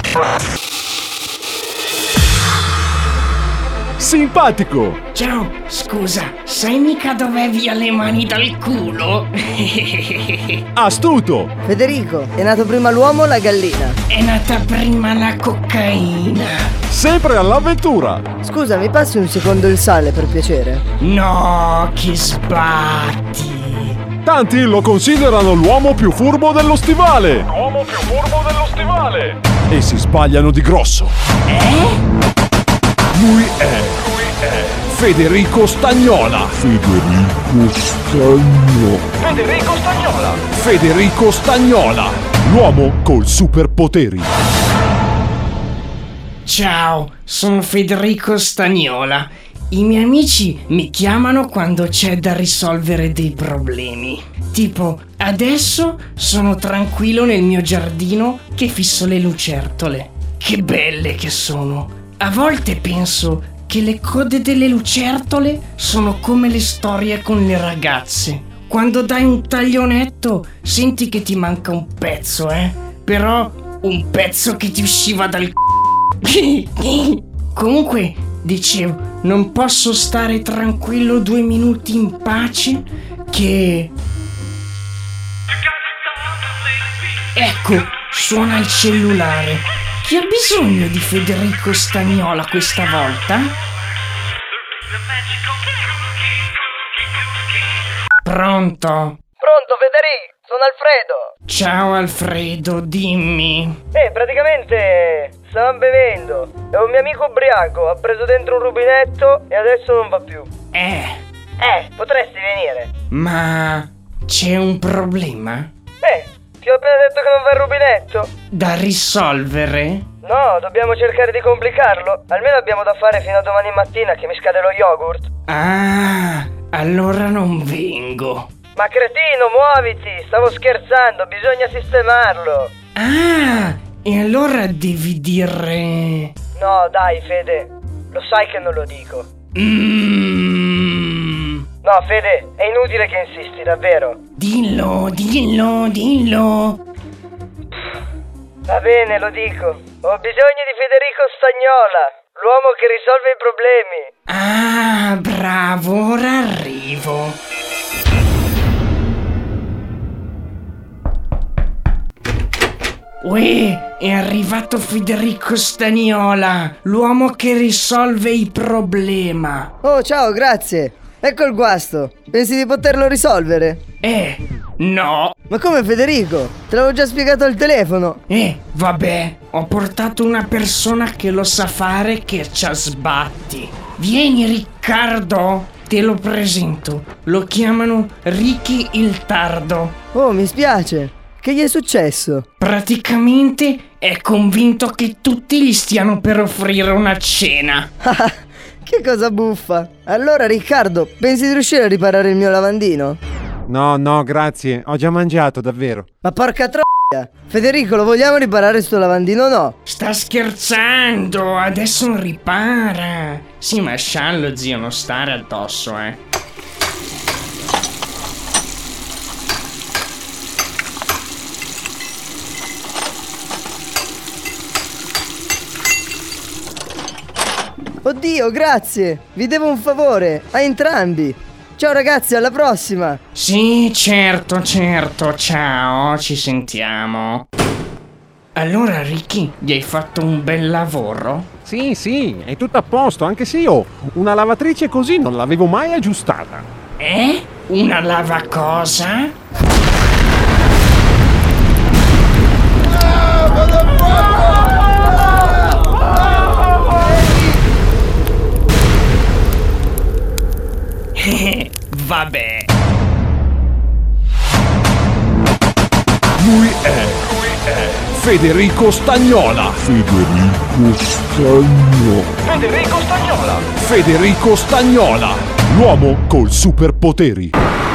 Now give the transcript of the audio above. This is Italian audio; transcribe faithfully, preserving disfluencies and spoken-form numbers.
Simpatico! Ciao, scusa, sai mica dov'è via le mani dal culo? Astuto! Federico, è nato prima l'uomo o la gallina? È nata prima la cocaina. Sempre all'avventura! Scusa, mi passi un secondo il sale per piacere? No, che sbatti! Tanti lo considerano l'uomo più furbo dello stivale! L'uomo più furbo dello stivale! E si sbagliano di grosso! Eh? Lui è... Lui è... Federico Stagnola! Federico Stagnola! Federico Stagnola! Federico Stagnola! L'uomo col superpoteri! Ciao, sono Federico Stagnola. I miei amici mi chiamano quando c'è da risolvere dei problemi. Tipo, adesso sono tranquillo nel mio giardino che fisso le lucertole. Che belle che sono! A volte penso che le code delle lucertole sono come le storie con le ragazze. Quando dai un taglionetto senti che ti manca un pezzo, eh? Però un pezzo che ti usciva dal c***o. Comunque, dicevo, non posso stare tranquillo due minuti in pace che... Ecco, suona il cellulare. Chi ha bisogno di Federico Stagnola questa volta? Pronto? Pronto, Federico, sono Alfredo. Ciao Alfredo, dimmi. Eh, praticamente stavamo bevendo e un mio amico ubriaco ha preso dentro un rubinetto e adesso non va più. Eh, Eh, potresti venire? ma c'è un problema? Eh, ti ho appena detto che non va il rubinetto. Da risolvere? No, dobbiamo cercare di complicarlo. Almeno abbiamo da fare fino a domani mattina che mi scade lo yogurt. Ah, allora non vengo. Ma cretino, muoviti, stavo scherzando, bisogna sistemarlo. Ah, e allora devi dire... No, dai, Fede, lo sai che non lo dico. Mmm... No, Fede, è inutile che insisti, davvero. Dillo, dillo, dillo. Va bene, lo dico. Ho bisogno di Federico Stagnola, l'uomo che risolve i problemi. Ah, bravo, ora arrivo. Uè, è arrivato Federico Stagnola, l'uomo che risolve i problemi. Oh, ciao, grazie. Ecco il guasto. Pensi di poterlo risolvere? Eh, no. Ma come, Federico? Te l'avevo già spiegato al telefono. Eh, vabbè, ho portato una persona che lo sa fare che ci sbatti. Vieni Riccardo, te lo presento. Lo chiamano Ricky il Tardo. Oh, mi spiace. Che gli è successo? Praticamente è convinto che tutti gli stiano per offrire una cena. Che cosa buffa. Allora, Riccardo, pensi di riuscire a riparare il mio lavandino? No, no, grazie. Ho già mangiato, davvero. Ma porca troia. Federico, lo vogliamo riparare sto lavandino o no? Sta scherzando, adesso non ripara. Sì, ma sciallo, zio, non stare addosso, eh. Oddio, grazie. Vi devo un favore, a entrambi. Ciao ragazzi, alla prossima. Sì, certo, certo, ciao, ci sentiamo. Allora, Ricky, gli hai fatto un bel lavoro? Sì, sì, è tutto a posto, anche se io una lavatrice così non l'avevo mai aggiustata. Eh? Una lavacosa? Vabbè. Lui è... Lui è... Federico Stagnola! Federico Stagnola! Federico Stagnola! Federico Stagnola! L'uomo col superpoteri!